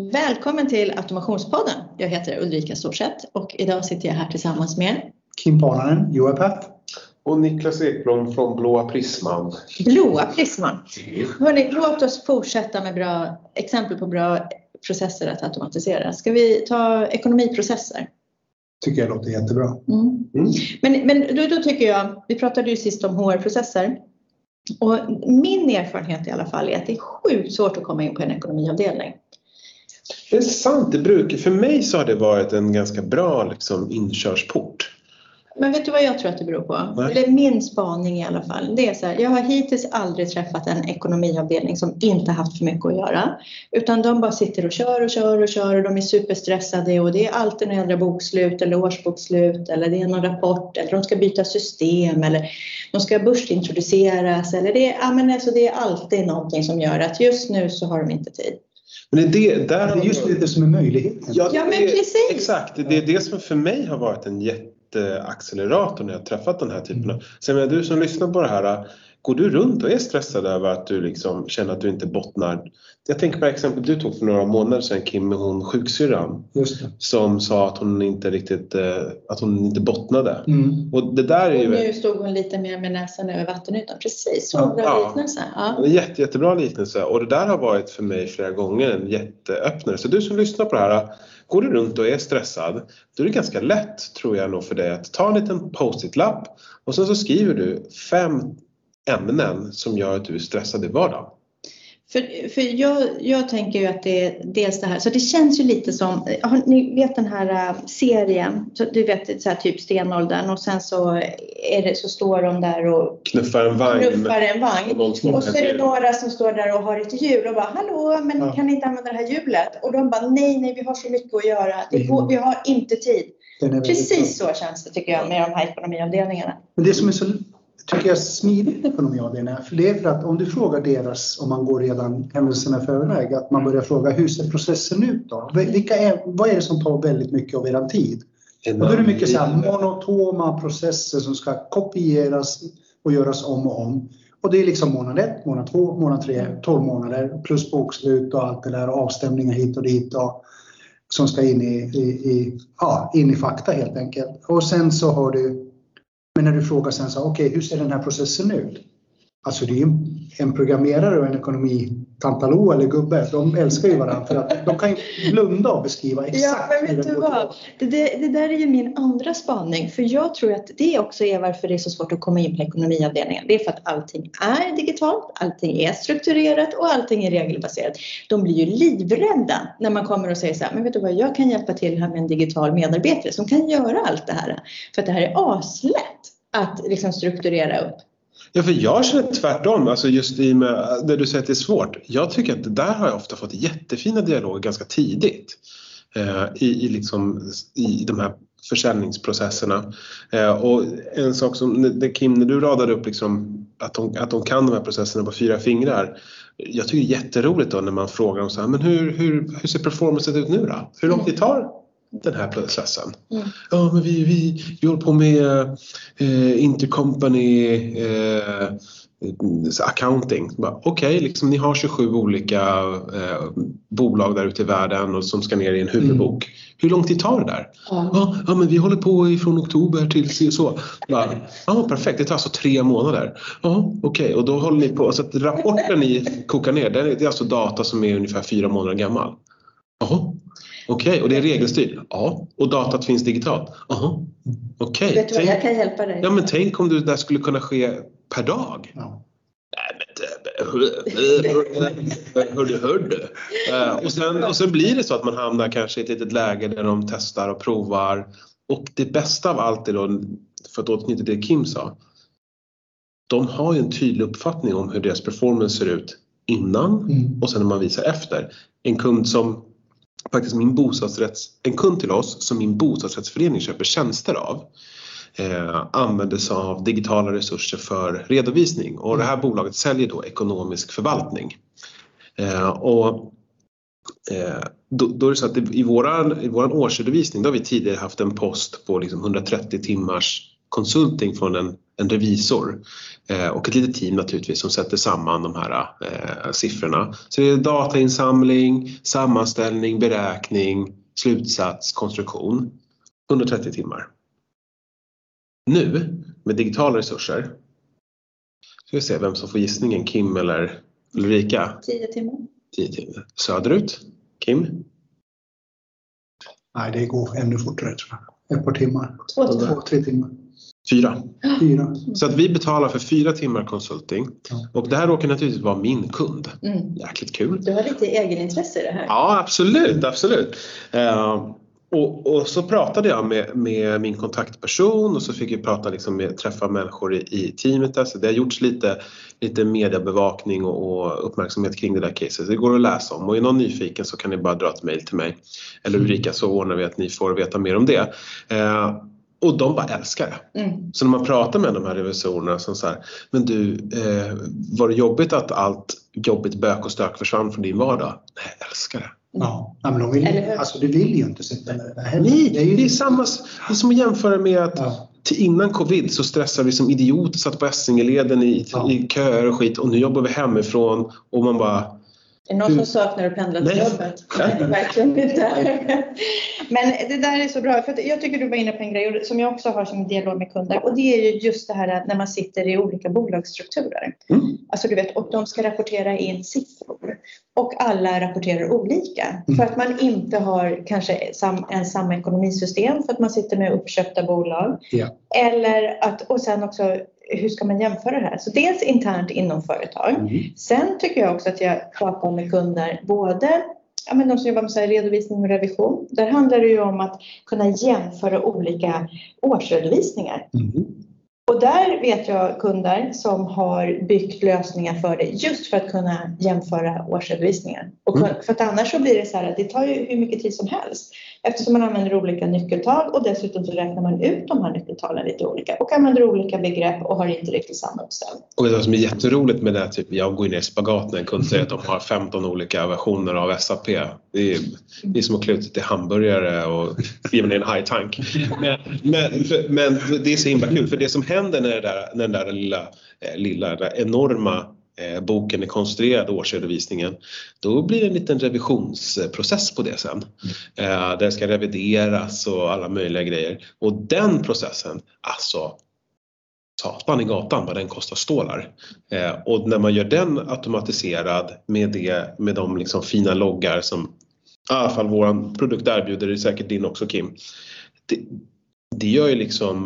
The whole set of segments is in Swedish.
Välkommen till Automationspodden. Jag heter Ulrika Storseth och idag sitter jag här tillsammans med Kim Parnanen, UiPath. Och Niklas Ekblom från Blåa Prisman. Blåa Prisman. Hörrni, låt oss fortsätta med bra exempel på bra processer att automatisera. Ska vi ta ekonomiprocesser? Tycker jag låter jättebra. Men då tycker jag, vi pratade ju sist om HR-processer. Och min erfarenhet i alla fall är att det är sjukt svårt att komma in på en ekonomiavdelning. Det är sant, för mig så har det varit en ganska bra inkörsport. Men vet du vad jag tror att det beror på? Nej. Eller min spaning i alla fall. Det är så här, jag har hittills aldrig träffat en ekonomiavdelning som inte haft för mycket att göra. Utan de bara sitter och kör och de är superstressade och det är alltid en äldre bokslut eller årsbokslut eller det är någon rapport eller de ska byta system eller de ska börsintroduceras eller det är alltid någonting som gör att just nu så har de inte tid. Men det är just det som är möjligheten. Ja men precis. Exakt, det är det som för mig har varit en accelerator när jag träffat den här typen av. Sen menar du som lyssnar på det här, går du runt och är stressad över att du känner att du inte bottnar? Jag tänker på exempel du tog för några månader sedan, Kim, med hon sjuksyrran som sa att hon inte riktigt att hon inte bottnade. Och det där är ju nu stod hon lite mer med näsan över vattenytan. Precis, så bra liknelse. Ja. Jättebra liknelse, och det där har varit för mig flera gånger en jätteöppnare. Så du som lyssnar på det här, går du runt och är stressad, då är det ganska lätt, tror jag nog, för dig att ta en liten post-it-lapp och sen så skriver du 5 ämnen som gör att du är stressad i vardagen. För jag tänker ju att det är dels det här, så det känns ju lite som, ni vet den här serien, så du vet så här typ stenåldern och sen så står de där och knuffar en vagn. Och så är det några som står där och har ett hjul och bara, hallå, men ni kan inte använda det här hjulet. Och de bara, nej, vi har så mycket att göra, vi har inte tid. Precis så känns det, tycker jag, med de här ekonomiavdelningarna. Men det som är så, tycker jag, smidigt ekonomiavdelningar, för det är för att om du frågar deras, om man går redan händelserna förväg, att man börjar fråga hur ser processen ut då? Vad är det som tar väldigt mycket av er tid? Och då är det mycket så här monotoma processer som ska kopieras och göras om och om. Och det är liksom månad 1, månad 2, månad 3, 12 månader plus bokslut och allt det där, avstämningar hit och dit och som ska in i fakta helt enkelt. Och sen så har du, men när du frågar sen så, okej, hur ser den här processen ut? Alltså det är ju en programmerare och en ekonomitantalo eller gubbe. De älskar ju varandra för att de kan ju blunda och beskriva exakt. Ja, men vet du vad? Det där är ju min andra spaning. För jag tror att det också är varför det är så svårt att komma in på ekonomiavdelningen. Det är för att allting är digitalt, allting är strukturerat och allting är regelbaserat. De blir ju livrädda när man kommer och säger så här, men vet du vad, jag kan hjälpa till här med en digital medarbetare som kan göra allt det här. För att det här är aslätt att strukturera upp. Ja, för jag känner tvärtom, alltså just i med det du säger att det är svårt. Jag tycker att det där har jag ofta fått jättefina dialoger ganska tidigt i de här försäljningsprocesserna. Och en sak som Kim, när du radade upp att de kan de här processerna på 4 fingrar. Jag tycker det är jätteroligt då när man frågar dem så här, men hur ser performancet ut nu då? Hur lång tid tar den här processen? Ja, men vi håller på med intercompany accounting. Okej, ni har 27 olika bolag där ute i världen och som ska ner i en huvudbok. Hur lång tid tar det där? Ja, men vi håller på ifrån oktober till så. Ja, perfekt. Det tar alltså 3 månader. Ja, okej. Och då håller ni på. Så att rapporten ni kokar ner, det är alltså data som är ungefär 4 månader gammal. Jaha. Okej, och det är regelstyrt? Ja. Och datat finns digitalt? Jaha. Okej. Vet du vad, jag kan hjälpa dig. Ja, men tänk om det där skulle kunna ske per dag. Ja. Hörde. Och sen blir det så att man hamnar kanske i ett litet läge där de testar och provar. Och det bästa av allt är då, för att återknyta till det Kim sa, de har ju en tydlig uppfattning om hur deras performance ser ut innan och sen när man visar efter. En kund till oss som min bostadsrättsförening köper tjänster av använder sig av digitala resurser för redovisning, och det här bolaget säljer då ekonomisk förvaltning. Då är det så att i våran årsredovisning, då har vi tidigare haft en post på 130 timmars consulting från en revisor och ett litet team naturligtvis som sätter samman de här siffrorna. Så det är datainsamling, sammanställning, beräkning, slutsats, konstruktion. 130 timmar. Nu med digitala resurser ska vi se vem som får gissningen, Kim eller Ulrika. 10 timmar. 10 timmar. Söderut, Kim? Nej, det går ännu fortare tror jag. Ett par timmar. 2-3 timmar. 4. 4. Så att vi betalar för 4 timmar konsulting. Och det här råkar naturligtvis vara min kund. Jäkligt kul. Du har lite egenintresse i det här. Ja, absolut. Och så pratade jag med min kontaktperson och så fick jag prata träffa människor i teamet där. Så det har gjorts lite mediebevakning och uppmärksamhet kring det där caset. Det går att läsa om och är någon nyfiken så kan ni bara dra ett mejl till mig. Eller Ulrika, så ordnar vi att ni får veta mer om det. Och de bara älskar det. Så när man pratar med de här revisorerna som så här, men du, var det jobbigt att allt jobbigt bök och stök försvann från din vardag? Nej, jag älskar det. Ja, men de vill, du vill ju inte sitta där. Nej, det är samma. Det är som att jämföra med att innan covid så stressade vi som idioter, satt på Essingeleden i köer och skit och nu jobbar vi hemifrån och man bara... Är det någon som saknar att pendla till jobbet? Nej, verkligen inte. Men det där är så bra. För jag tycker du var inne på en grej som jag också har som dialog med kunder. Och det är ju just det här när man sitter i olika bolagsstrukturer. Alltså du vet, och de ska rapportera in siffror. Och alla rapporterar olika. För att man inte har kanske samma ekonomisystem. För att man sitter med uppköpta bolag. Ja. Eller och sen också... Hur ska man jämföra det här? Så dels internt inom företag. Sen tycker jag också att jag pratar med kunder både de som jobbar med redovisning och revision. Där handlar det ju om att kunna jämföra olika årsredovisningsar. Och där vet jag kunder som har byggt lösningar för det just för att kunna jämföra årsredovisningar. Och för att annars så blir det så här att det tar ju hur mycket tid som helst. Eftersom man använder olika nyckeltal och dessutom så räknar man ut de här nyckeltalen lite olika. Och använder olika begrepp och har inte riktigt samma uppställning. Och det som är jätteroligt med det här, jag går in i spagat när en kund säger att de har 15 olika versioner av SAP. Det är som att klä ut till hamburgare och ge mig en high-tank. Men det är så himla kul, för det som händer när den där lilla enorma boken är konstruerad, årsredovisningen, då blir det en liten revisionsprocess på det sen. Där det ska revideras och alla möjliga grejer. Och den processen, alltså satan i gatan vad den kostar stålar. Och när man gör den automatiserad med de fina loggar som i alla fall våran produkt erbjuder, det är säkert din också Kim. Det gör ju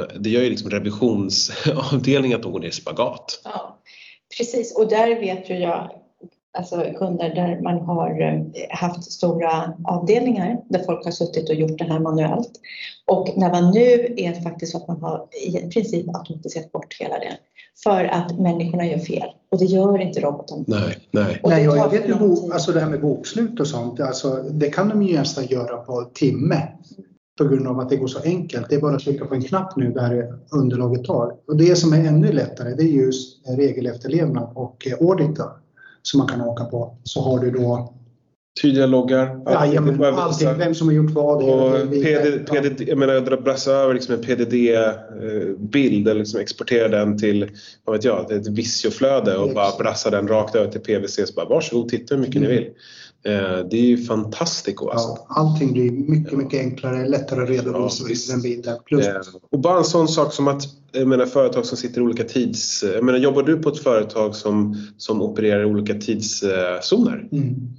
revisionsavdelningen att de går ner i spagat. Ja, precis. Och där vet ju jag kunder där man har haft stora avdelningar där folk har suttit och gjort det här manuellt. Och när man nu är faktiskt att man har i princip automatiserat bort hela det. För att människorna gör fel. Och det gör inte roboten. Nej. Nej, jag vet ju det här med bokslut och sånt. Det kan de ju nästan göra på timme. På grund av att det går så enkelt. Det är bara att trycka på en knapp nu där underlaget tar. Och det som är ännu lättare, det är just regelefterlevnad och audita som man kan åka på. Så har du då tydliga loggar. Allting, vem som har gjort vad. Och PDD, jag menar jag brassar över en PDD-bild eller exportera den till ett Visio-flöde och bara brassa den rakt över till PVC. Så bara varsågod, titta hur mycket ni vill. Det är ju fantastiskt. Ja, allting blir mycket enklare, lättare att redovisa den bilden. Och bara en sån sak som att företag som sitter i olika jobbar du på ett företag som opererar i olika tidszoner?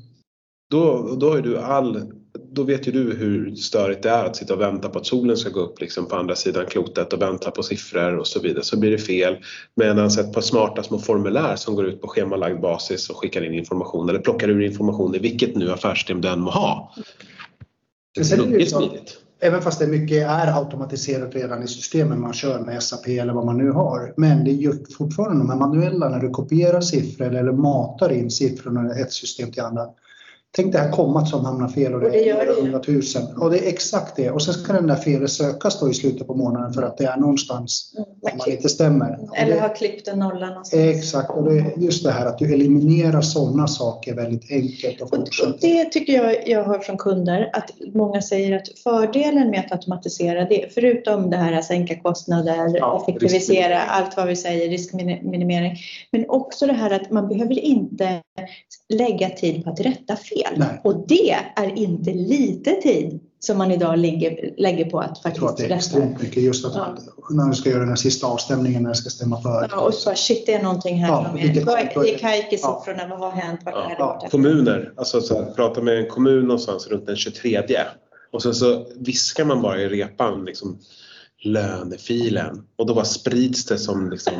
Då har du då vet ju du hur störigt det är att sitta och vänta på att solen ska gå upp på andra sidan klotet och vänta på siffror och så vidare, så blir det fel. Medan ett par smarta små formulär som går ut på schemalagd basis och skickar in information eller plockar ur information i vilket nu affärssystem den må ha. Det är smidigt. Även fast det mycket är automatiserat redan i systemen man kör med SAP eller vad man nu har. Men det är ju fortfarande de här manuella när du kopierar siffror eller matar in siffrorna ett system till andra. tänk det här kommat som hamnar fel och det är 100 000. Och det är exakt det. Och sen ska den där felet sökas då i slutet på månaden för att det är någonstans man inte stämmer. Eller har klippt en nolla någonstans. Exakt. Och det är just det här att du eliminerar sådana saker väldigt enkelt. Och det tycker jag hör från kunder. Att många säger att fördelen med att automatisera det, förutom det här att sänka kostnader, effektivisera, allt vad vi säger, riskminimering. Men också det här att man behöver inte lägga tid på att rätta fel. Nej. Och det är inte lite tid som man idag lägger på att faktiskt rätta. Jag tror att det är extremt mycket just att när du ska göra den här sista avstämningen när det ska stämma för. Ja, och så shit, det är någonting här som är kajkisiffrorna, vad har hänt, vad är det varit? Kommuner, alltså så här, prata med en kommun någonstans runt den 23. Och sen så viskar man bara i repan liksom lönefilen och då bara sprids det som liksom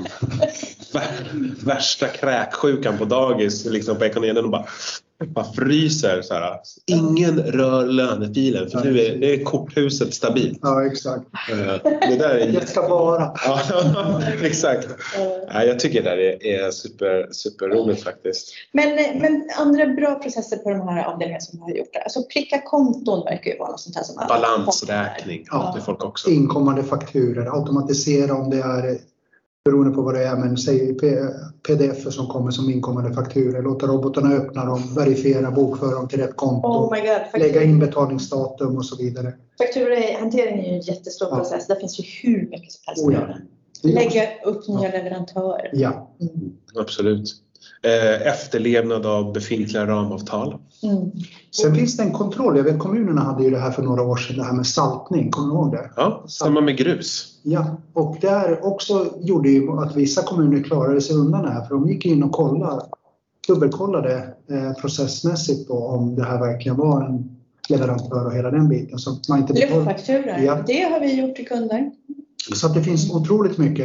värsta kräksjukan på dagis liksom på ekonomin och bara fryser så här. Ingen rör lönefilen för nu är korthuset stabilt. Ja, exakt. Det där är det ska vara. Ja, exakt. Ja, jag tycker det där är super roligt faktiskt. Men andra bra processer på de här avdelningarna som har gjort det. Alltså pricka konton verkar ju vara något sånt här som balansräkning. Ja, det folk också. Inkommande fakturer, automatisera om det är beroende på vad det är, men säg pdf som kommer som inkommande fakturer, låta robotarna öppna dem, verifiera, bokföra dem till rätt konto, lägga in betalningsdatum och så vidare. Fakturahantering är ju en jättestor process, där finns ju hur mycket som helst att göra. Lägga upp nya leverantörer. Ja. Absolut. Efterlevnad av befintliga ramavtal. Sen finns det en kontroll. Jag vet kommunerna hade ju det här för några år sedan, det här med saltning. Kommer du ihåg det? Ja, samma med grus. Ja, och där också gjorde ju att vissa kommuner klarade sig undan det här. För de gick in och dubbelkollade processmässigt på om det här verkligen var en leverantör och hela den biten. Så man inte luftfakturor, det har vi gjort till kunder. Så att det finns otroligt mycket.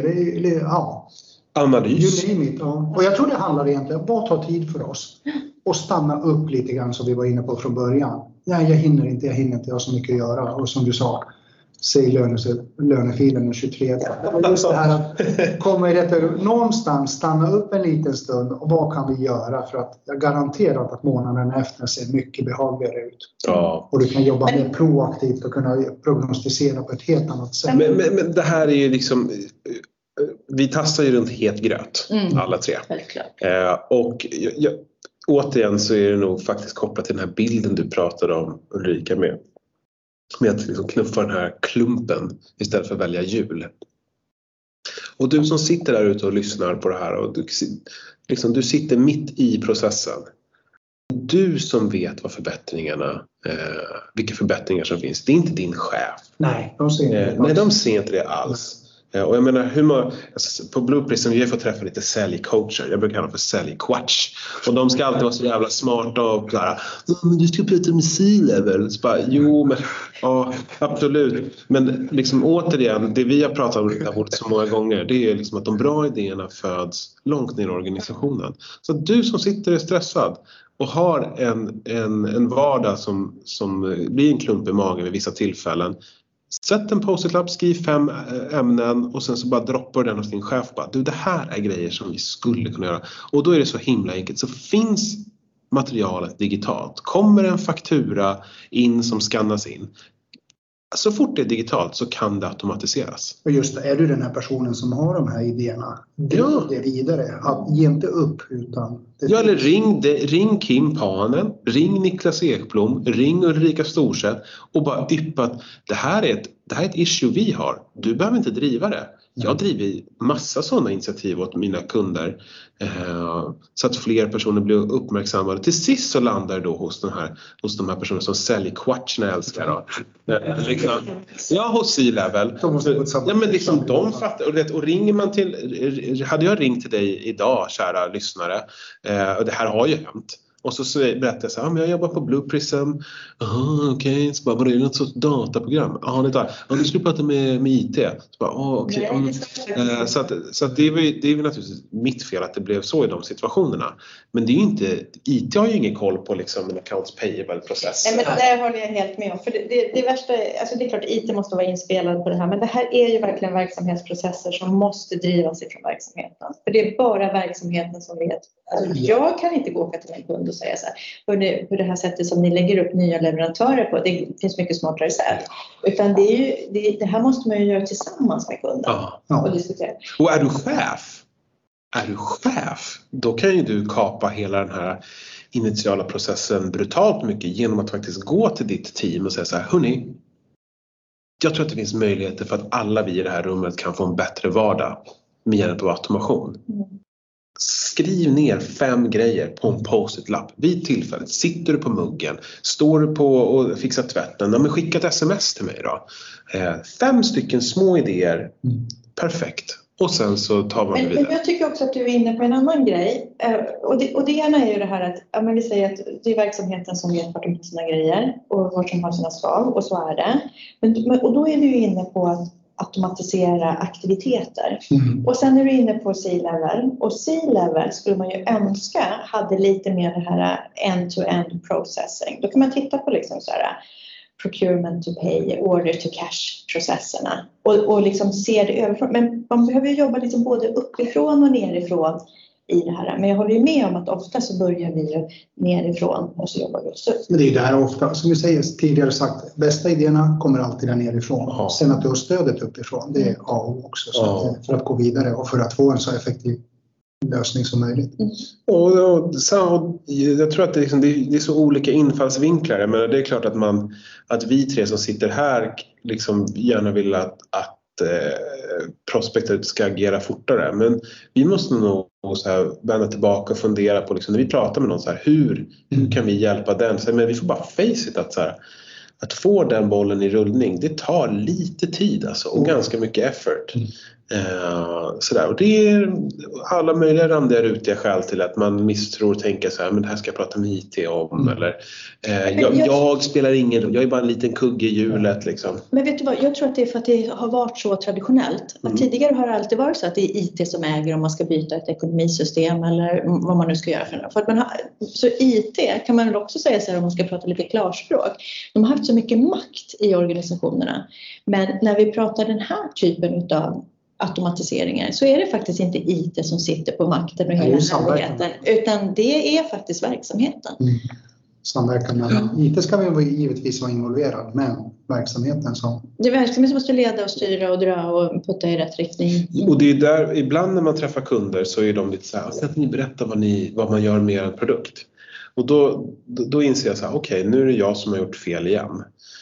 Analys. Och jag tror det handlar egentligen om att ta tid för oss och stanna upp lite grann som vi var inne på från början. Nej, jag hinner inte, jag har så mycket att göra. Och som du sa, säg lönefilen den 23. Just det här att komma i rätt någonstans, stanna upp en liten stund och vad kan vi göra för att jag garanterar att månaden efter ser mycket behagligare ut. Ja. Och du kan jobba mer proaktivt och kunna prognostisera på ett helt annat sätt. Men det här är ju liksom... Vi tassar ju runt het gröt, alla tre. Och återigen så är det nog faktiskt kopplat till den här bilden du pratade om, Ulrika, med att liksom knuffa den här klumpen istället för att välja hjul. Och du som sitter där ute och lyssnar på det här och du sitter mitt i processen. Du som vet vad vilka förbättringar som finns. Det är inte din chef. Nej, de ser inte det. Nej, de ser inte det alls. Och jag menar, på Blue Prism vi har fått träffa lite säljcoacher. Jag brukar kalla dem för säljquatch. Och de ska alltid vara så jävla smarta och sådär. Du ska prata med C-level. Så bara, jo, men ja, absolut. Men liksom återigen, det vi har pratat om det här bordet så många gånger, det är liksom att de bra idéerna föds långt ner i organisationen. Så du som sitter och är stressad och har en vardag som blir en klump i magen vid vissa tillfällen. Sätt en post-it-lapp, skriv 5 ämnen och sen så bara droppar den hos din chef. Du, det här är grejer som vi skulle kunna göra. Och då är det så himla enkelt. Så finns materialet digitalt. Kommer en faktura in som skannas in. Så fort det är digitalt så kan det automatiseras. Och just det, är du den här personen som har de här idéerna, det vidare. Ge inte upp utan... eller ring Kim Panen, ring Niklas Ekblom, ring Ulrika Storseth och bara yppa att det här är ett issue vi har. Du behöver inte driva det. Jag driver massa sådana initiativ åt mina kunder så att fler personer blir uppmärksammade. Till sist så landar det då hos de här personerna som säljer quatcherna älskar då. Hos C-level. Ja, men liksom de fattar. Och ringer man till, hade jag ringt till dig idag, kära lyssnare, och det här har ju hänt. Och så berättar jag så här, men jag jobbar på Blue Prism. Okej. Så bara, var det något sorts dataprogram? Du skulle prata med IT. Så bara, okej. Så att det är naturligtvis mitt fel att det blev så i de situationerna. Men det är ju inte, IT har ju ingen koll på liksom en accounts payable-process. Nej, men det håller jag helt med om. För det värsta, alltså det är klart att IT måste vara inspelad på det här. Men det här är ju verkligen verksamhetsprocesser som måste drivas ifrån verksamheten. För det är bara verksamheten som vet Alltså, jag kan inte åka till en kund och säga så här, på det här sättet som ni lägger upp nya leverantörer på, det finns mycket smartare sätt. Utan det här måste man ju göra tillsammans med kunden och diskutera. Och är du chef, då kan ju du kapa hela den här initiala processen brutalt mycket genom att faktiskt gå till ditt team och säga så här, hörni, jag tror att det finns möjligheter för att alla vi i det här rummet kan få en bättre vardag med hjälp av automation. Skriv ner 5 grejer på en post-it-lapp vid tillfället. Sitter du på muggen? Står du på och fixar tvätten? Ja, men skicka ett sms till mig då. 5 stycken små idéer. Perfekt. Och sen så tar man vidare. Men jag tycker också att du är inne på en annan grej. Och det ena är ju det här att vi säger att det är verksamheten som vet vart de har sina grejer och vart de har sina skag, och så är det. Och då är du ju inne på att automatisera aktiviteter. Och sen är du inne på C-level. Och C-level skulle man ju önska hade lite mer det här end-to-end processing. Då kan man titta på liksom så här procurement to pay, order to cash processerna och liksom se det överifrån. Men man behöver ju jobba liksom både uppifrån och nerifrån i det här. Men jag håller ju med om att ofta så börjar vi ju nerifrån och så jobbar vi oss upp. Men det är ju det här ofta, som vi säger tidigare sagt, bästa idéerna kommer alltid där nerifrån. Sen att du har stödet uppifrån, det är A och O också. Så för att gå vidare och för att få en så effektiv lösning som möjligt. Och jag tror att det är så olika infallsvinklar. Men det är klart att vi 3 som sitter här liksom gärna vill att prospektet ska agera fortare. Men vi måste nog så här vända tillbaka och fundera på liksom, när vi pratar med någon så här, hur kan vi hjälpa den? Så här, men vi får bara face it att få den bollen i rullning, det tar lite tid alltså, och ganska mycket effort. Sådär. Och det är alla möjliga randiga rutiga skäl till att man misstror och tänker så här, men det här ska jag prata med IT om eller jag spelar ingen roll, jag är bara en liten kugge i hjulet liksom. Men vet du vad, jag tror att det är för att det har varit så traditionellt. Att tidigare har det alltid varit så att det är IT som äger om man ska byta ett ekonomisystem eller vad man nu ska göra för att så IT kan man väl också säga så här, om man ska prata lite klarspråk. De har haft så mycket makt i organisationerna. Men när vi pratar den här typen av automatiseringar så är det faktiskt inte IT som sitter på makten och hela verksamheten, utan det är faktiskt verksamheten. Samverkan. IT ska vi givetvis vara involverad, men verksamheten som... Det är verksamheten som måste leda och styra och dra och putta i rätt riktning. Och det är där, ibland när man träffar kunder så är de lite så här, att ni berättar vad man gör med en produkt. Och då inser jag så här, okej, nu är det jag som har gjort fel igen.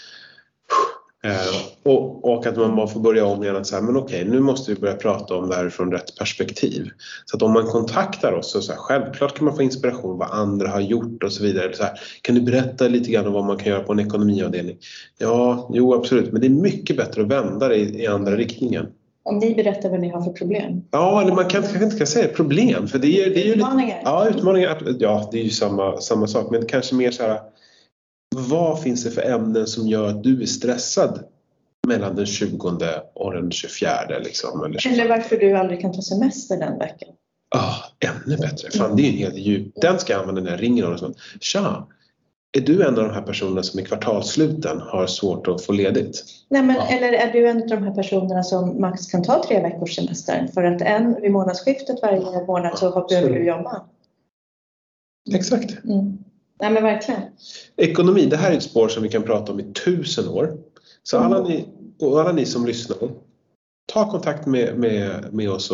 Och att man får börja om igen att säga, men okej, nu måste vi börja prata om det här från rätt perspektiv. Så att om man kontaktar oss så här, självklart kan man få inspiration vad andra har gjort och så vidare. Så här, kan du berätta lite grann om vad man kan göra på en ekonomiavdelning? Ja, jo absolut, men det är mycket bättre att vända det i andra riktningen. Om ni berättar vad ni har för problem. Ja, eller man kanske inte säga problem. För det är ju utmaningar. Utmaningar. Ja, det är ju samma sak. Men kanske mer så här, vad finns det för ämnen som gör att du är stressad mellan den 20 och den 24 liksom? Eller varför du aldrig kan ta semester den veckan. Ännu bättre. Fan, det är ju en helt djup. Den ska jag använda när jag ringer någon och så. Tja, är du en av de här personerna som i kvartalssluten har svårt att få ledigt? Nej, men, eller är du en av de här personerna som max kan ta 3 veckors semester? För att vid månadsskiftet varje månad så behöver du jobba. Exakt. Nej, men verkligen. Ekonomi, det här är ett spår som vi kan prata om i 1000 år. Så alla ni som lyssnar, ta kontakt med oss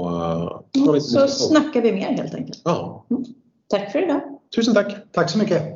och så snackar vi mer helt enkelt. Ja. Tack för idag. Tusen tack. Tack så mycket.